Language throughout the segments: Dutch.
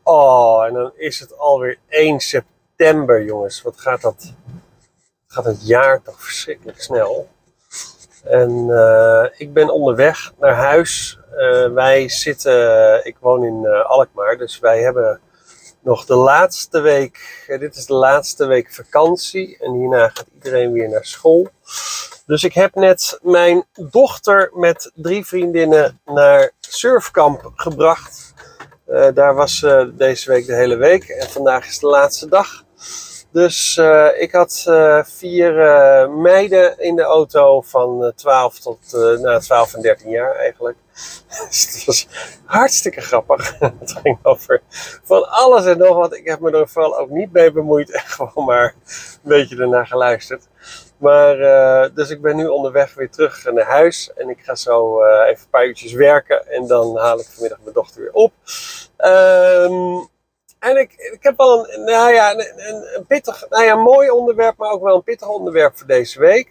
Oh, en dan is het alweer 1 september, jongens. Wat gaat het jaar toch verschrikkelijk snel. En ik ben onderweg naar huis. Ik woon in Alkmaar, dus wij hebben nog de laatste week. Dit is de laatste week vakantie en hierna gaat iedereen weer naar school. Dus ik heb net mijn dochter met 3 vriendinnen naar surfkamp gebracht. Daar was ze deze week de hele week en vandaag is de laatste dag. Dus ik had 4 meiden in de auto van 12 tot 12 en 13 jaar eigenlijk. Dus het was hartstikke grappig. Het ging over van alles en nog wat. Ik heb me er vooral ook niet mee bemoeid en gewoon maar een beetje ernaar geluisterd. Maar dus ik ben nu onderweg weer terug naar huis. En ik ga zo even een paar uurtjes werken. En dan haal ik vanmiddag mijn dochter weer op. En ik heb wel een pittig, mooi onderwerp, maar ook wel een pittig onderwerp voor deze week.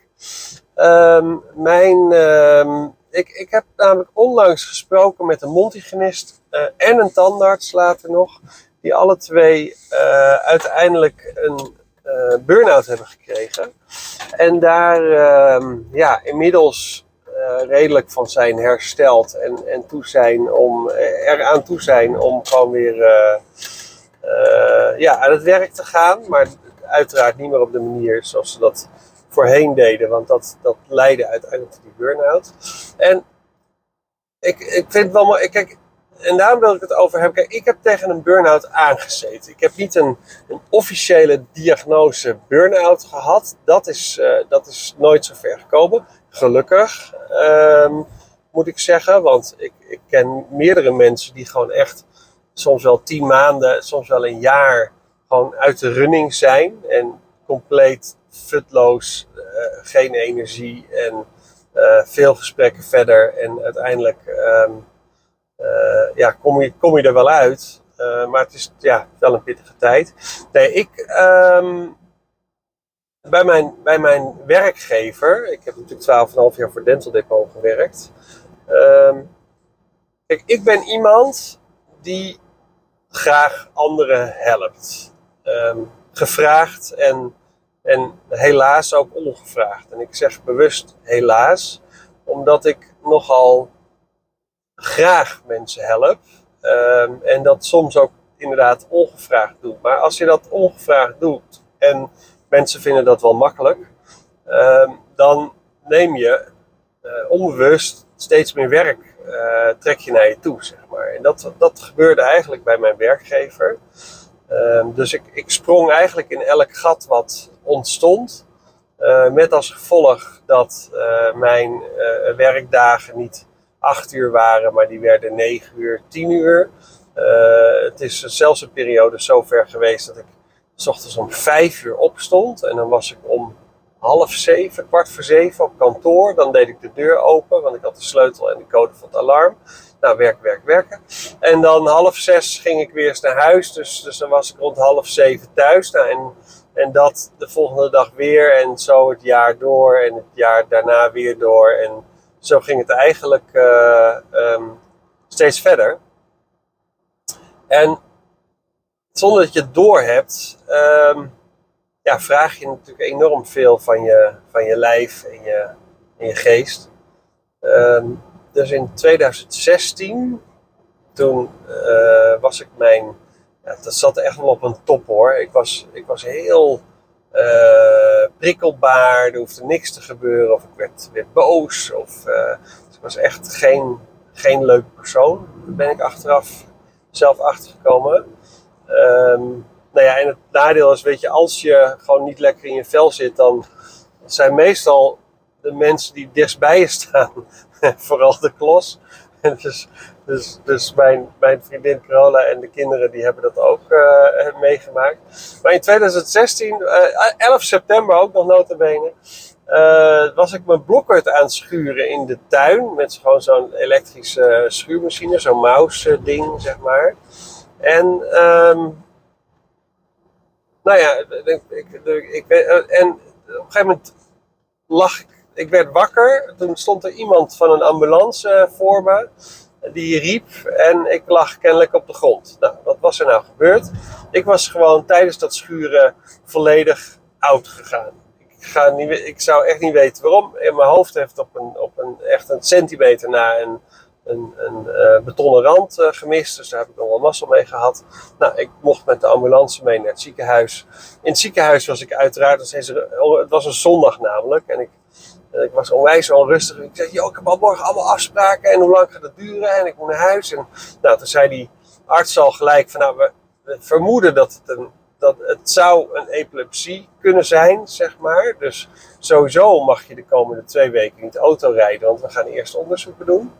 Ik heb namelijk onlangs gesproken met een mondhygiënist en een tandarts later nog. Die alle twee uiteindelijk een burn-out hebben gekregen. En daar inmiddels redelijk van zijn hersteld. En eraan toe zijn om gewoon weer aan het werk te gaan. Maar uiteraard niet meer op de manier zoals ze dat voorheen deden. Want dat leidde uiteindelijk tot die burn-out. En ik vind het wel mooi. Kijk, en daarom wil ik het over hebben. Kijk, ik heb tegen een burn-out aangezeten. Ik heb niet een officiële diagnose burn-out gehad. Dat is nooit zo ver gekomen. Gelukkig, moet ik zeggen. Want ik ken meerdere mensen die gewoon echt soms wel 10 maanden, soms wel een jaar gewoon uit de running zijn. En compleet futloos, geen energie en veel gesprekken verder. En uiteindelijk kom je er wel uit. Maar het is wel een pittige tijd. Nee, bij mijn werkgever, ik heb natuurlijk 12,5 jaar voor Dental Depot gewerkt. Kijk, ik ben iemand die graag anderen helpt. Gevraagd en helaas ook ongevraagd. En ik zeg bewust helaas, omdat ik nogal graag mensen help. En dat soms ook inderdaad ongevraagd doe. Maar als je dat ongevraagd doet en mensen vinden dat wel makkelijk, dan neem je onbewust steeds meer werk trek je naar je toe, zeg maar. En dat gebeurde eigenlijk bij mijn werkgever. Dus ik sprong eigenlijk in elk gat wat ontstond. Met als gevolg dat mijn werkdagen niet 8 uur waren, maar die werden 9 uur, 10 uur. Het is zelfs een periode zo ver geweest dat ik 's ochtends om 5 uur opstond. En dan was ik om 6:30, 6:15 op kantoor. Dan deed ik de deur open, want ik had de sleutel en de code van het alarm. Nou, werken. En dan 5:30 ging ik weer eens naar huis. Dus dan was ik rond 6:30 thuis. Nou, en dat de volgende dag weer. En zo het jaar door. En het jaar daarna weer door. En zo ging het eigenlijk steeds verder. En zonder dat je het doorhebt, vraag je natuurlijk enorm veel van je lijf en je geest. Dus in 2016, toen was ik dat zat echt wel op een top hoor. Ik was heel prikkelbaar, er hoefde niks te gebeuren of ik werd boos. Dus ik was echt geen leuke persoon. Daar ben ik achteraf zelf achtergekomen. En het nadeel is, weet je, als je gewoon niet lekker in je vel zit, dan zijn meestal de mensen die dichtstbij je staan vooral de klos. Dus mijn vriendin Carola en de kinderen die hebben dat ook meegemaakt. Maar in 2016, 11 september ook nog nota bene, was ik mijn blokhut aan het schuren in de tuin. Met gewoon zo'n elektrische schuurmachine, zo'n mouse ding zeg maar. En en op een gegeven moment ik werd wakker. Toen stond er iemand van een ambulance voor me. Die riep en ik lag kennelijk op de grond. Nou, was er nou gebeurd? Ik was gewoon tijdens dat schuren volledig oud gegaan. Ik zou echt niet weten waarom. En mijn hoofd heeft op een centimeter na een betonnen rand gemist. Dus daar heb ik nog wel mazzel mee gehad. Nou, ik mocht met de ambulance mee naar het ziekenhuis. In het ziekenhuis was ik uiteraard... Het was een zondag namelijk. En ik was onwijs onrustig. Ik zei, ik heb al morgen allemaal afspraken. En hoe lang gaat het duren? En ik moet naar huis. En nou, toen zei die arts al gelijk van... Nou, we vermoeden dat het zou een epilepsie kunnen zijn, zeg maar. Dus sowieso mag je de komende 2 weken niet auto rijden. Want we gaan eerst onderzoeken doen.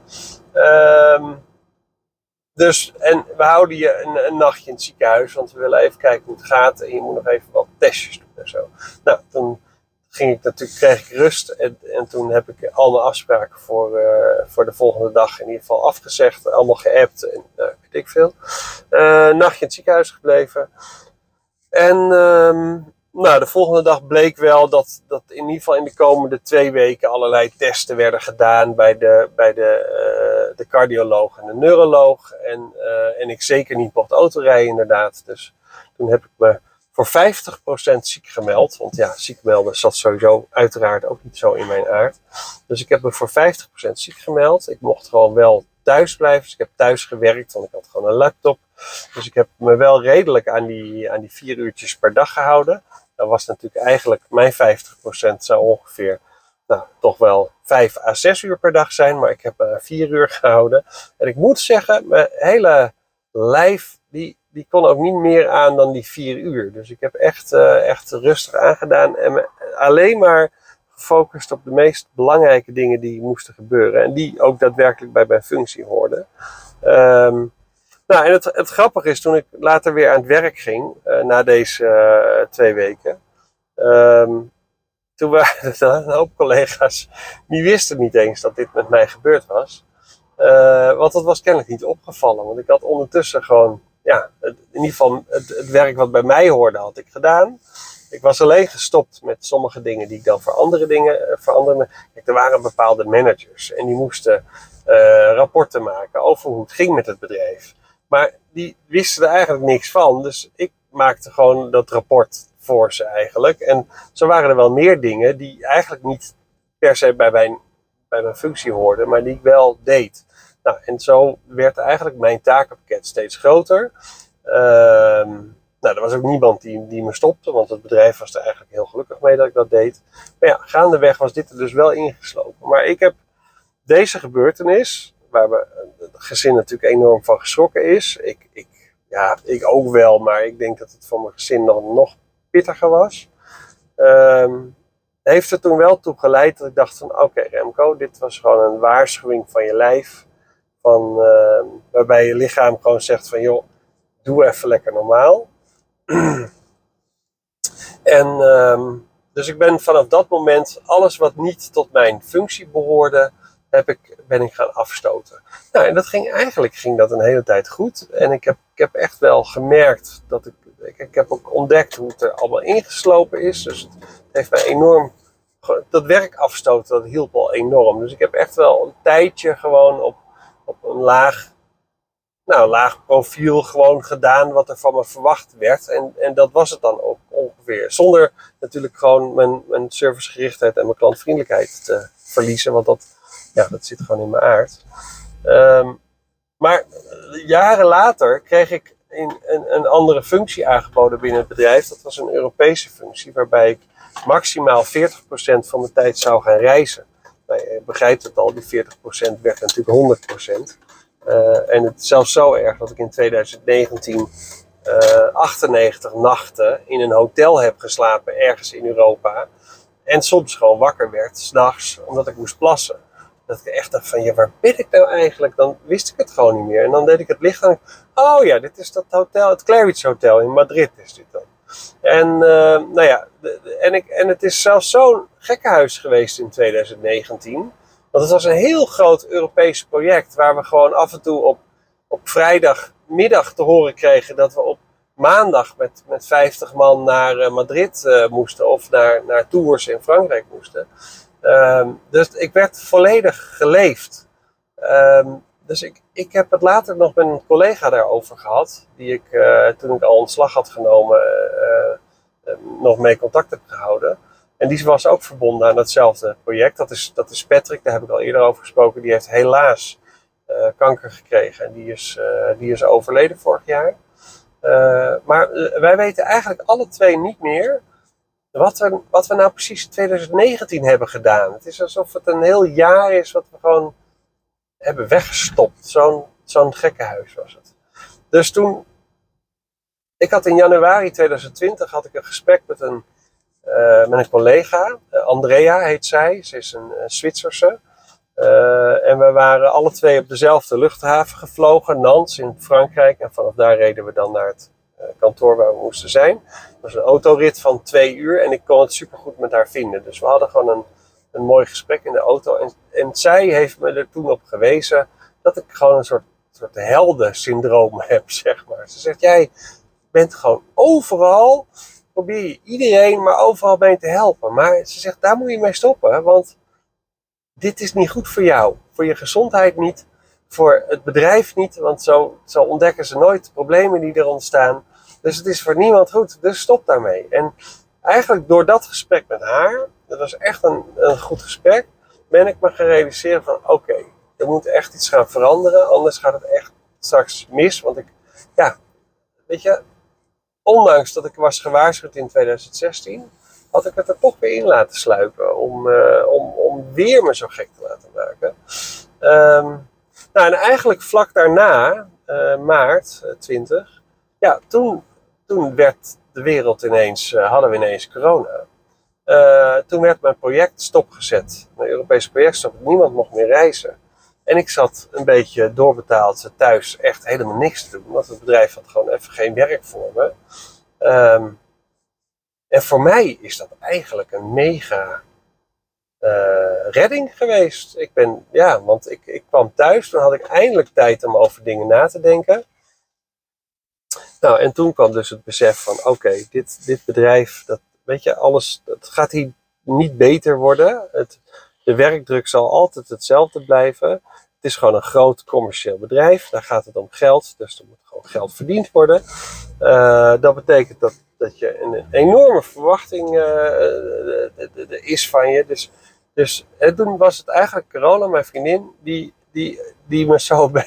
En we houden je een nachtje in het ziekenhuis. Want we willen even kijken hoe het gaat. En je moet nog even wat testjes doen en zo. Nou, toen kreeg ik rust. En toen heb ik al mijn afspraken voor de volgende dag in ieder geval afgezegd. Allemaal geappt en weet ik veel. Nachtje in het ziekenhuis gebleven. En de volgende dag bleek wel dat in ieder geval in de komende 2 weken allerlei testen werden gedaan bij de cardioloog en de neuroloog. En ik zeker niet mocht autorijden inderdaad. Dus toen heb ik me voor 50% ziek gemeld. Want ja, ziek melden zat sowieso uiteraard ook niet zo in mijn aard. Dus ik heb me voor 50% ziek gemeld. Ik mocht gewoon wel thuis blijven. Dus ik heb thuis gewerkt, want ik had gewoon een laptop. Dus ik heb me wel redelijk aan die 4 uurtjes per dag gehouden. Dat was natuurlijk eigenlijk mijn 50% zou ongeveer toch wel 5 à 6 uur per dag zijn. Maar ik heb 4 uur gehouden. En ik moet zeggen, mijn hele lijf die kon ook niet meer aan dan die 4 uur. Dus ik heb echt rustig aangedaan. En me alleen maar gefocust op de meest belangrijke dingen die moesten gebeuren. En die ook daadwerkelijk bij mijn functie hoorden. En het grappige is, toen ik later weer aan het werk ging, na deze 2 weken, toen waren er een hoop collega's, die wisten niet eens dat dit met mij gebeurd was. Want dat was kennelijk niet opgevallen, want ik had ondertussen gewoon, in ieder geval het werk wat bij mij hoorde, had ik gedaan. Ik was alleen gestopt met sommige dingen die ik dan voor andere dingen veranderde. Kijk, er waren bepaalde managers en die moesten rapporten maken over hoe het ging met het bedrijf. Maar die wisten er eigenlijk niks van. Dus ik maakte gewoon dat rapport voor ze eigenlijk. En zo waren er wel meer dingen die eigenlijk niet per se bij mijn functie hoorden. Maar die ik wel deed. Nou, en zo werd eigenlijk mijn takenpakket steeds groter. Er was ook niemand die me stopte. Want het bedrijf was er eigenlijk heel gelukkig mee dat ik dat deed. Maar ja, gaandeweg was dit er dus wel ingeslopen. Maar ik heb deze gebeurtenis, waar het gezin natuurlijk enorm van geschrokken is. Ik ook wel, maar ik denk dat het voor mijn gezin nog pittiger was. Heeft er toen wel toe geleid dat ik dacht van oké, Remco, dit was gewoon een waarschuwing van je lijf. Waarbij je lichaam gewoon zegt van joh, doe even lekker normaal. Dus ik ben vanaf dat moment alles wat niet tot mijn functie behoorde, ben ik gaan afstoten. Nou, en dat ging dat een hele tijd goed. En ik heb echt wel gemerkt dat ik heb ook ontdekt hoe het er allemaal ingeslopen is. Dus het heeft mij enorm... Dat werk afstoten, dat hielp al enorm. Dus ik heb echt wel een tijdje gewoon op een laag profiel gewoon gedaan wat er van me verwacht werd. En dat was het dan ook ongeveer. Zonder natuurlijk gewoon mijn servicegerichtheid en mijn klantvriendelijkheid te verliezen. Want dat zit gewoon in mijn aard. Maar jaren later kreeg ik een andere functie aangeboden binnen het bedrijf. Dat was een Europese functie waarbij ik maximaal 40% van mijn tijd zou gaan reizen. Nou, je begrijpt het al, die 40% werd natuurlijk 100%. En het is zelfs zo erg dat ik in 2019 98 nachten in een hotel heb geslapen ergens in Europa. En soms gewoon wakker werd, 's nachts, omdat ik moest plassen. Dat ik echt dacht van, waar ben ik nou eigenlijk? Dan wist ik het gewoon niet meer. En dan deed ik het licht aan. Oh ja, dit is dat hotel, het Claridge Hotel in Madrid is dit dan. En en het is zelfs zo'n gekkenhuis geweest in 2019. Want het was een heel groot Europees project waar we gewoon af en toe op vrijdagmiddag te horen kregen dat we op maandag met 50 man naar Madrid moesten of naar tours in Frankrijk moesten. Dus ik werd volledig geleefd. Dus ik heb het later nog met een collega daarover gehad, die ik toen ik al ontslag had genomen, nog mee contact heb gehouden. En die was ook verbonden aan datzelfde project. Dat is Patrick, daar heb ik al eerder over gesproken. Die heeft helaas kanker gekregen en die is overleden vorig jaar. Maar wij weten eigenlijk alle twee niet meer wat we nou precies in 2019 hebben gedaan. Het is alsof het een heel jaar is wat we gewoon hebben weggestopt. Zo'n gekkenhuis was het. Dus toen, ik had in januari 2020 had ik een gesprek met een collega. Andrea heet zij. Ze is een Zwitserse. En we waren alle twee op dezelfde luchthaven gevlogen, Nantes in Frankrijk. En vanaf daar reden we dan naar het kantoor waar we moesten zijn. Het was een autorit van 2 uur en ik kon het supergoed met haar vinden. Dus we hadden gewoon een mooi gesprek in de auto. En zij heeft me er toen op gewezen dat ik gewoon een soort heldensyndroom heb, zeg maar. Ze zegt, jij bent gewoon overal, probeer je iedereen maar overal mee te helpen. Maar ze zegt, daar moet je mee stoppen, want dit is niet goed voor jou. Voor je gezondheid niet, voor het bedrijf niet, want zo ontdekken ze nooit de problemen die er ontstaan. Dus het is voor niemand goed, dus stop daarmee. En eigenlijk door dat gesprek met haar, dat was echt een goed gesprek, ben ik me gerealiseerd van oké, er moet echt iets gaan veranderen, anders gaat het echt straks mis. Want weet je, ondanks dat ik was gewaarschuwd in 2016, had ik het er toch weer in laten sluipen om weer me zo gek te laten maken. En eigenlijk vlak daarna, maart 20, ja, toen werd de wereld hadden we ineens corona. Toen werd mijn project stopgezet, mijn Europese project stopgezet. Niemand mocht meer reizen. En ik zat een beetje doorbetaald thuis echt helemaal niks te doen, want het bedrijf had gewoon even geen werk voor me. En voor mij is dat eigenlijk een mega redding geweest. Want ik kwam thuis, toen had ik eindelijk tijd om over dingen na te denken. Nou, en toen kwam dus het besef van oké, dit bedrijf, weet je, het gaat hier niet beter worden. De werkdruk zal altijd hetzelfde blijven. Het is gewoon een groot commercieel bedrijf. Daar gaat het om geld, dus er moet gewoon geld verdiend worden. Dat betekent dat je een enorme verwachting is van je. Dus toen was het eigenlijk Carola, mijn vriendin, die me zo een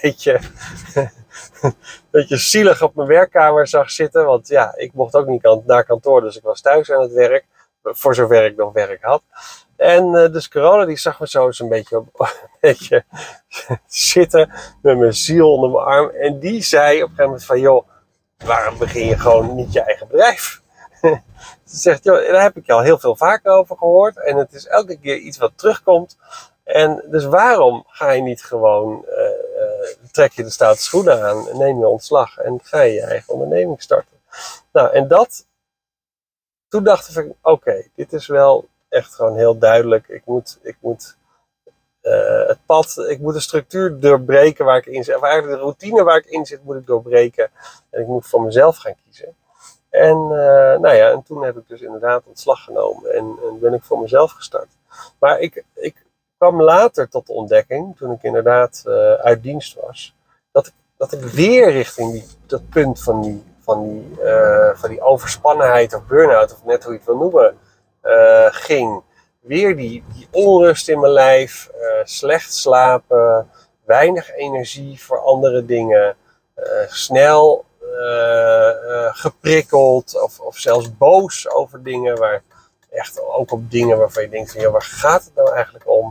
beetje zielig op mijn werkkamer zag zitten. Want ja, ik mocht ook niet naar kantoor, dus ik was thuis aan het werk. Voor zover ik nog werk had. En dus Carola die zag me zo eens een beetje zitten met mijn ziel onder mijn arm. En die zei op een gegeven moment van joh, waarom begin je gewoon niet je eigen bedrijf? Ze zegt, joh, daar heb ik je al heel veel vaker over gehoord. En het is elke keer iets wat terugkomt. En dus waarom ga je niet gewoon, trek je de stoute schoenen aan, neem je ontslag en ga je je eigen onderneming starten. Nou, en toen dacht ik, oké, dit is wel echt gewoon heel duidelijk. Ik moet het pad, ik moet de structuur doorbreken waar ik in zit. Of eigenlijk de routine waar ik in zit, moet ik doorbreken. En ik moet voor mezelf gaan kiezen. En en toen heb ik dus inderdaad ontslag genomen en ben ik voor mezelf gestart. Maar ik kwam later tot de ontdekking, toen ik inderdaad uit dienst was, dat ik weer richting dat punt van die overspannenheid of burn-out, of net hoe je het wil noemen, ging. Weer die onrust in mijn lijf, slecht slapen, weinig energie voor andere dingen, snel geprikkeld of zelfs boos over dingen, echt ook op dingen waarvan je denkt van, joh, waar gaat het nou eigenlijk om?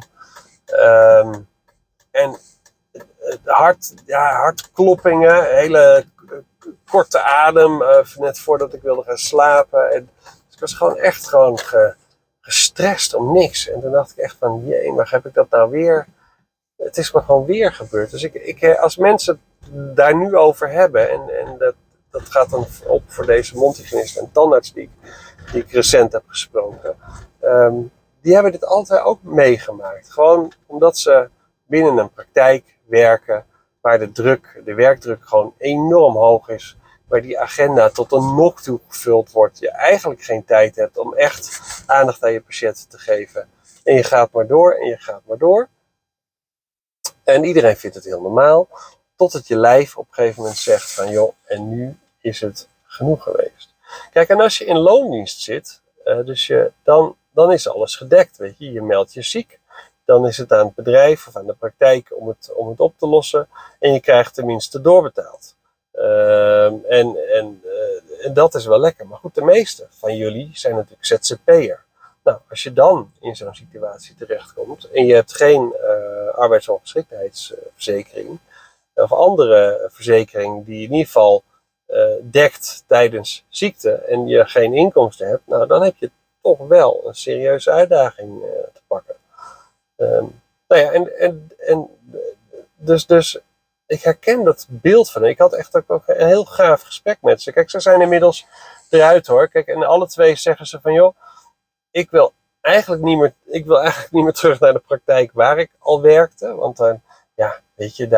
En hartkloppingen, hele korte adem, net voordat ik wilde gaan slapen. En dus ik was gewoon echt gestrest om niks. En toen dacht ik echt van, jee, maar heb ik dat nou weer? Het is me gewoon weer gebeurd. Dus als mensen het daar nu over hebben, en dat gaat dan op voor deze mondhygiënist en tandarts die ik recent heb gesproken. Die hebben dit altijd ook meegemaakt. Gewoon omdat ze binnen een praktijk werken waar de werkdruk gewoon enorm hoog is. Waar die agenda tot een nok toe gevuld wordt. Je eigenlijk geen tijd hebt om echt aandacht aan je patiënten te geven. En je gaat maar door en je gaat maar door. En iedereen vindt het heel normaal, totdat je lijf op een gegeven moment zegt van joh, en nu is het genoeg geweest. Kijk, en als je in loondienst zit, dan is alles gedekt, weet je. Je meldt je ziek, dan is het aan het bedrijf of aan de praktijk om het op te lossen en je krijgt tenminste doorbetaald. En dat is wel lekker. Maar goed, de meeste van jullie zijn natuurlijk ZZP'er. Nou, als je dan in zo'n situatie terechtkomt en je hebt geen arbeidsongeschiktheidsverzekering of andere verzekering die in ieder geval dekt tijdens ziekte en je geen inkomsten hebt, nou dan heb je toch wel een serieuze uitdaging te pakken. Nou ja, dus ik herken dat beeld van. Ik had echt ook een heel gaaf gesprek met ze. Kijk, ze zijn inmiddels eruit hoor. Kijk, en alle twee zeggen ze van joh, ik wil eigenlijk niet meer terug naar de praktijk waar ik al werkte. Want ja, weet je,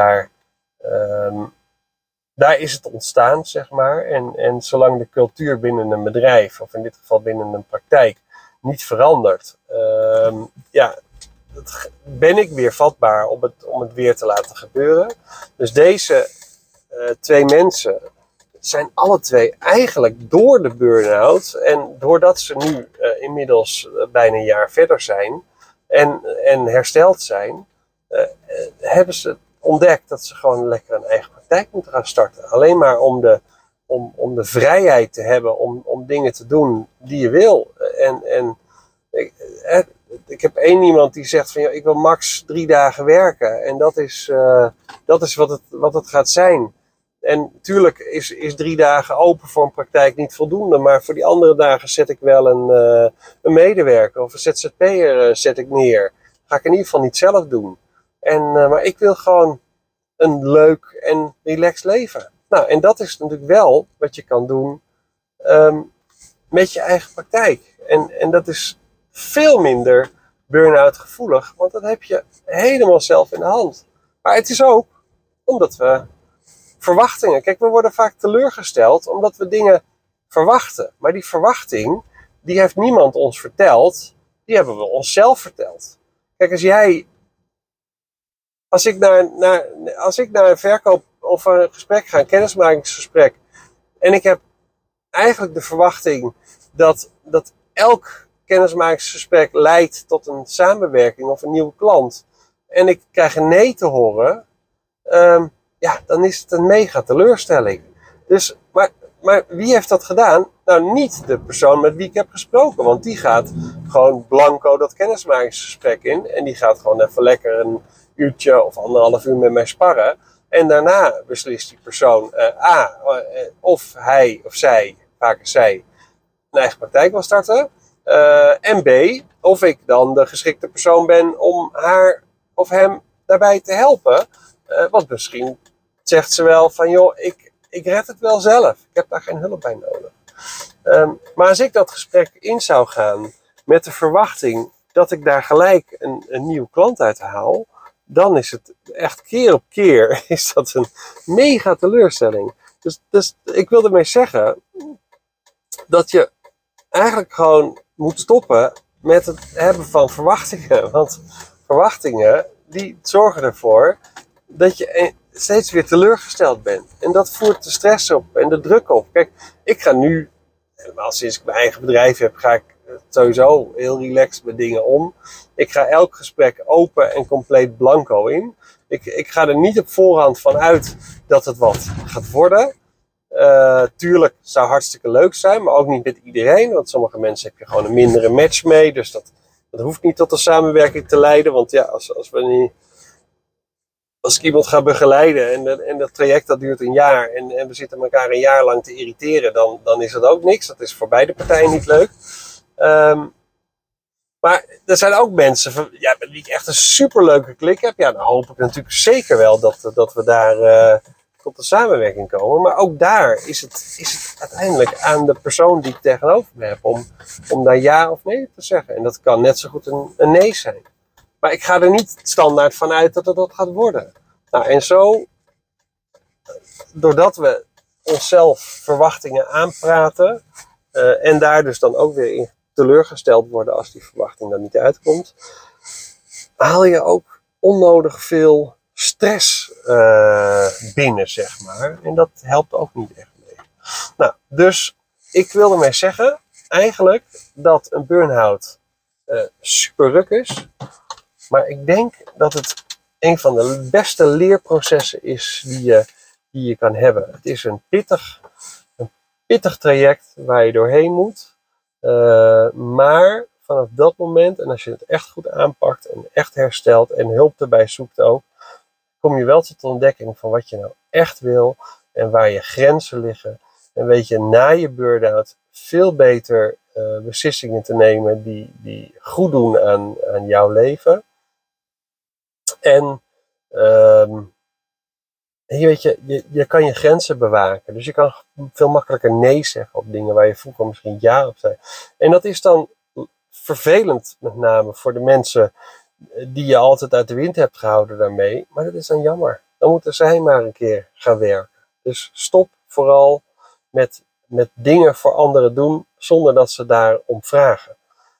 daar is het ontstaan, zeg maar. En zolang de cultuur binnen een bedrijf, of in dit geval binnen een praktijk, niet verandert, ja, ben ik weer vatbaar om het weer te laten gebeuren. Dus deze twee mensen zijn alle twee eigenlijk door de burn-out en doordat ze nu inmiddels bijna een jaar verder zijn en hersteld zijn, hebben ze ontdekt dat ze gewoon lekker een eigen praktijk moeten gaan starten. Alleen maar om de vrijheid te hebben om dingen te doen die je wil. Ik heb één iemand die zegt van ja, ik wil max 3 dagen werken. En dat is wat het gaat zijn. En natuurlijk is 3 dagen open voor een praktijk niet voldoende. Maar voor die andere dagen zet ik wel een medewerker of een ZZP'er zet ik neer. Ga ik in ieder geval niet zelf doen. Maar ik wil gewoon een leuk en relaxed leven. Nou, en dat is natuurlijk wel wat je kan doen met je eigen praktijk. En dat is veel minder burn-out gevoelig, want dat heb je helemaal zelf in de hand. Maar het is ook omdat we verwachtingen... Kijk, we worden vaak teleurgesteld omdat we dingen verwachten. Maar die verwachting, die heeft niemand ons verteld. Die hebben we onszelf verteld. Kijk, als ik naar een verkoop of een gesprek ga, een kennismakingsgesprek, en ik heb eigenlijk de verwachting dat elk kennismakingsgesprek leidt tot een samenwerking of een nieuwe klant, en ik krijg een nee te horen, ja, dan is het een mega teleurstelling. Dus, maar wie heeft dat gedaan? Nou, niet de persoon met wie ik heb gesproken, want die gaat gewoon blanco dat kennismakingsgesprek in en die gaat gewoon even lekker een uurtje of 1,5 uur met mij sparren. En daarna beslist die persoon of hij of zij, vaker zij, een eigen praktijk wil starten. En B, of ik dan de geschikte persoon ben om haar of hem daarbij te helpen. Want misschien zegt ze wel van joh, ik red het wel zelf. Ik heb daar geen hulp bij nodig. Maar als ik dat gesprek in zou gaan met de verwachting dat ik daar gelijk een nieuwe klant uit haal, dan is het echt keer op keer is dat een mega teleurstelling. Dus ik wil ermee zeggen dat je eigenlijk gewoon moet stoppen met het hebben van verwachtingen. Want verwachtingen die zorgen ervoor dat je steeds weer teleurgesteld bent. En dat voert de stress op en de druk op. Kijk, ik ga nu, helemaal sinds ik mijn eigen bedrijf heb, ga ik sowieso heel relaxed met dingen om. Ik ga elk gesprek open en compleet blanco in. Ik ga er niet op voorhand van uit dat het wat gaat worden. Tuurlijk zou hartstikke leuk zijn, maar ook niet met iedereen. Want sommige mensen heb je gewoon een mindere match mee. Dus dat hoeft niet tot een samenwerking te leiden. Want ja, als ik iemand ga begeleiden en dat traject dat duurt een jaar en we zitten elkaar een jaar lang te irriteren, dan is dat ook niks. Dat is voor beide partijen niet leuk. Maar er zijn ook mensen met wie ik echt een superleuke klik heb. Ja, dan hoop ik natuurlijk zeker wel dat we daar tot een samenwerking komen. Maar ook daar is het uiteindelijk aan de persoon die ik tegenover me heb om daar ja of nee te zeggen. En dat kan net zo goed een nee zijn. Maar ik ga er niet standaard van uit dat het dat gaat worden. Nou, en zo, doordat we onszelf verwachtingen aanpraten en daar dus dan ook weer in teleurgesteld worden als die verwachting dan niet uitkomt, haal je ook onnodig veel stress binnen, zeg maar. En dat helpt ook niet echt mee. Nou, dus ik wil ermee zeggen, eigenlijk, dat een burn-out super ruk is. Maar ik denk dat het een van de beste leerprocessen is die je kan hebben. Het is een pittig traject waar je doorheen moet. Maar vanaf dat moment, en als je het echt goed aanpakt en echt herstelt en hulp erbij zoekt ook, kom je wel tot de ontdekking van wat je nou echt wil en waar je grenzen liggen. En weet je na je burn-out veel beter beslissingen te nemen die goed doen aan jouw leven. En je kan je grenzen bewaken. Dus je kan veel makkelijker nee zeggen op dingen waar je vroeger misschien ja op zei. En dat is dan vervelend met name voor de mensen die je altijd uit de wind hebt gehouden daarmee. Maar dat is dan jammer. Dan moeten zij maar een keer gaan werken. Dus stop vooral met dingen voor anderen doen zonder dat ze daarom vragen.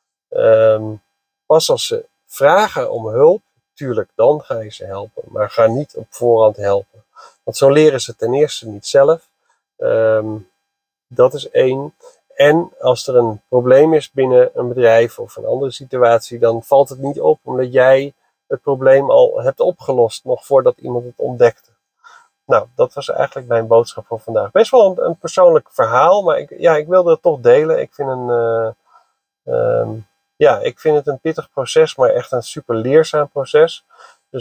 Pas als ze vragen om hulp, tuurlijk, dan ga je ze helpen. Maar ga niet op voorhand helpen. Want zo leren ze ten eerste niet zelf. Dat is 1. En als er een probleem is binnen een bedrijf of een andere situatie, dan valt het niet op omdat jij het probleem al hebt opgelost, nog voordat iemand het ontdekte. Nou, dat was eigenlijk mijn boodschap voor vandaag. Best wel een persoonlijk verhaal, maar ik wilde het toch delen. Ik vind het een pittig proces, maar echt een super leerzaam proces. Dus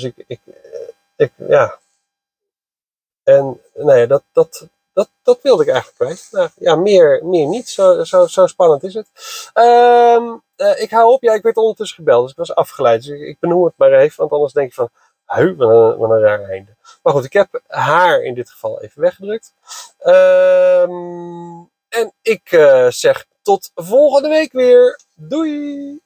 En nou ja, dat wilde ik eigenlijk kwijt. Nou, ja, meer niet. Zo spannend is het. Ik hou op. Ja, ik werd ondertussen gebeld, dus ik was afgeleid. Dus ik benoem het maar even, want anders denk je van, wat een raar einde. Maar goed, ik heb haar in dit geval even weggedrukt. En ik zeg tot volgende week weer. Doei!